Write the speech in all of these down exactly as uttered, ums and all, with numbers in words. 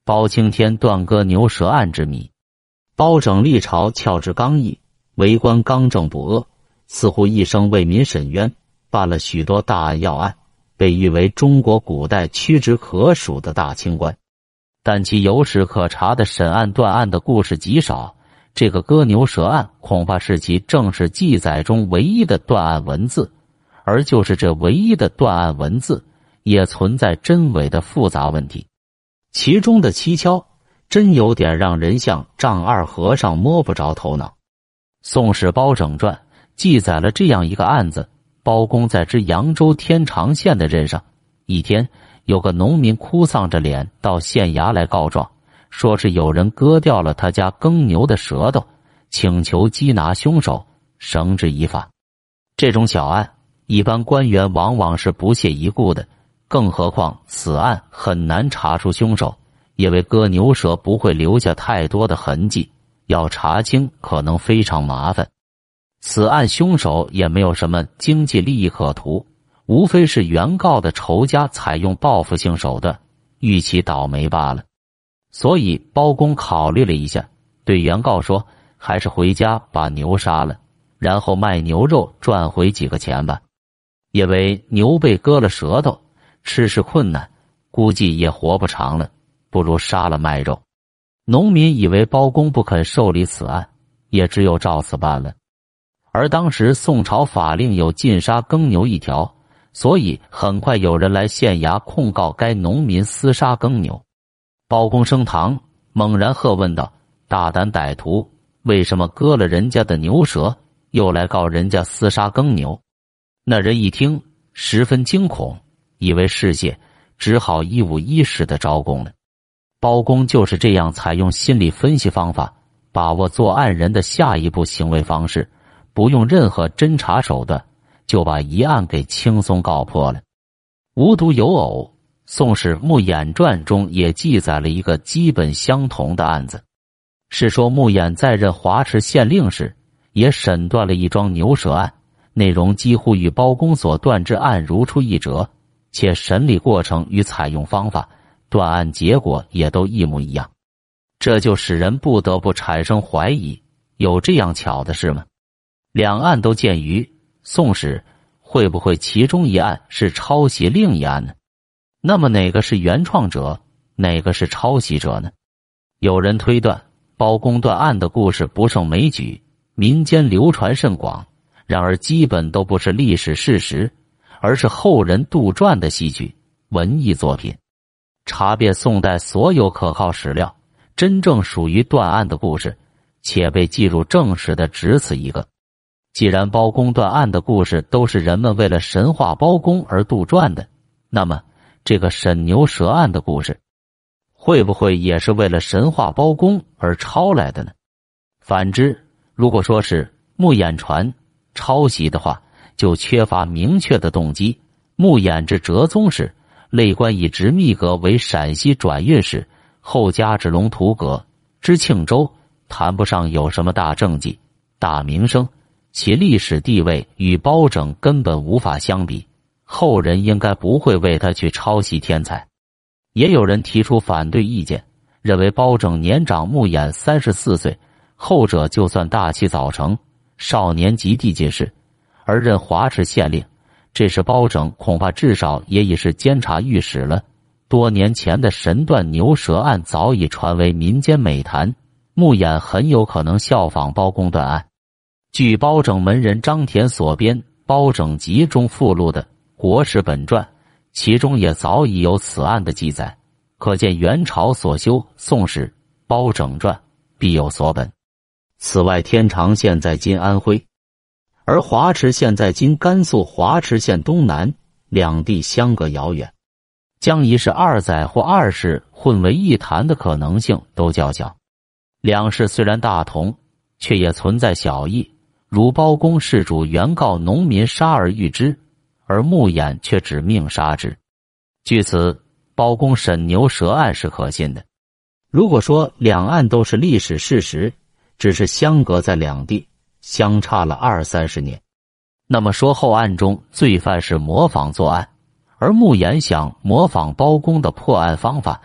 包青天断割牛舌案之谜。包拯历朝翘之刚毅，为官刚正不阿，似乎一生为民伸冤，办了许多大案要案，被誉为中国古代屈指可数的大清官。但其有史可查的审案断案的故事极少，这个割牛舌案恐怕是其正史记载中唯一的断案文字，而就是这唯一的断案文字，也存在真伪的复杂问题，其中的蹊跷真有点让人像丈二和尚摸不着头脑。《宋史包拯传》记载了这样一个案子：包公在知扬州天长县的任上，一天有个农民哭丧着脸到县衙来告状，说是有人割掉了他家耕牛的舌头，请求缉拿凶手，绳之以法。这种小案一般官员往往是不屑一顾的，更何况此案很难查出凶手，因为割牛舌不会留下太多的痕迹，要查清可能非常麻烦。此案凶手也没有什么经济利益可图，无非是原告的仇家采用报复性手段，欲其倒霉罢了。所以包公考虑了一下，对原告说，还是回家把牛杀了，然后卖牛肉赚回几个钱吧。因为牛被割了舌头，吃食困难，估计也活不长了，不如杀了卖肉。农民以为包公不肯受理此案，也只有照此办了。而当时宋朝法令有禁杀耕牛一条，所以很快有人来县衙控告该农民私杀耕牛。包公升堂，猛然喝问道：大胆歹徒，为什么割了人家的牛舌，又来告人家私杀耕牛？那人一听十分惊恐，以为是谢，只好一五一十的招供了。包公就是这样采用心理分析方法，把握作案人的下一步行为方式，不用任何侦查手段，就把一案给轻松告破了。无独有偶，《宋史穆衍传》中也记载了一个基本相同的案子，是说穆衍在任华池县令时，也审断了一桩牛舌案，内容几乎与包公所断之案如出一辙，且审理过程与采用方法、断案结果也都一模一样。这就使人不得不产生怀疑，有这样巧的事吗？两案都见于《宋史》，会不会其中一案是抄袭另一案呢？那么哪个是原创者，哪个是抄袭者呢？有人推断，包公断案的故事不胜枚举，民间流传甚广，然而基本都不是历史事实，而是后人杜撰的戏曲文艺作品。查遍宋代所有可靠史料，真正属于断案的故事，且被记入正史的只此一个。既然包公断案的故事都是人们为了神话包公而杜撰的，那么这个审牛舌案的故事，会不会也是为了神话包公而抄来的呢？反之，如果说是穆衍传抄袭的话，就缺乏明确的动机。穆衍至哲宗时，累官以直密阁为陕西转运使，后加至龙图阁，知庆州，谈不上有什么大政绩、大名声，其历史地位与包拯根本无法相比，后人应该不会为他去抄袭天才。也有人提出反对意见，认为包拯年长穆衍三十四岁，后者就算大器早成，少年及第进士，而任华池县令，这时包拯恐怕至少也已是监察御史了。多年前的神断牛舌案早已传为民间美谈，穆衍很有可能效仿包公断案。据包拯门人张田所编《包拯集》中附录的《国史本传》，其中也早已有此案的记载，可见元朝所修《宋史》《包拯传》必有所本。此外，天长县在今安徽，而华池县在今甘肃华池县东南，两地相隔遥远，将一市二载或二市混为一谈的可能性都较小。两市虽然大同，却也存在小异，如包公事主原告农民杀而愈之，而穆衍却只命杀之。据此，包公审牛舌案是可信的。如果说两案都是历史事实，只是相隔在两地，相差了二三十年，那么说后案中罪犯是模仿作案，而穆衍想模仿包公的破案方法，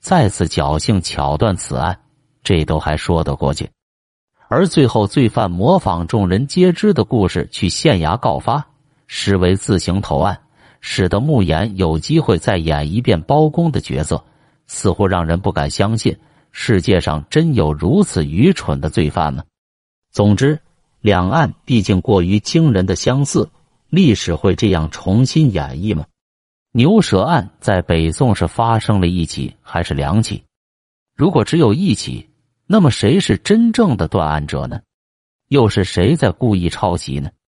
再次侥幸巧断此案，这都还说得过去。而最后罪犯模仿众人皆知的故事去县衙告发，实为自行投案，使得穆言有机会再演一遍包公的角色，似乎让人不敢相信世界上真有如此愚蠢的罪犯吗？总之，两案毕竟过于惊人的相似，历史会这样重新演绎吗？牛舌案在北宋是发生了一起还是两起？如果只有一起，那么谁是真正的断案者呢？又是谁在故意抄袭呢？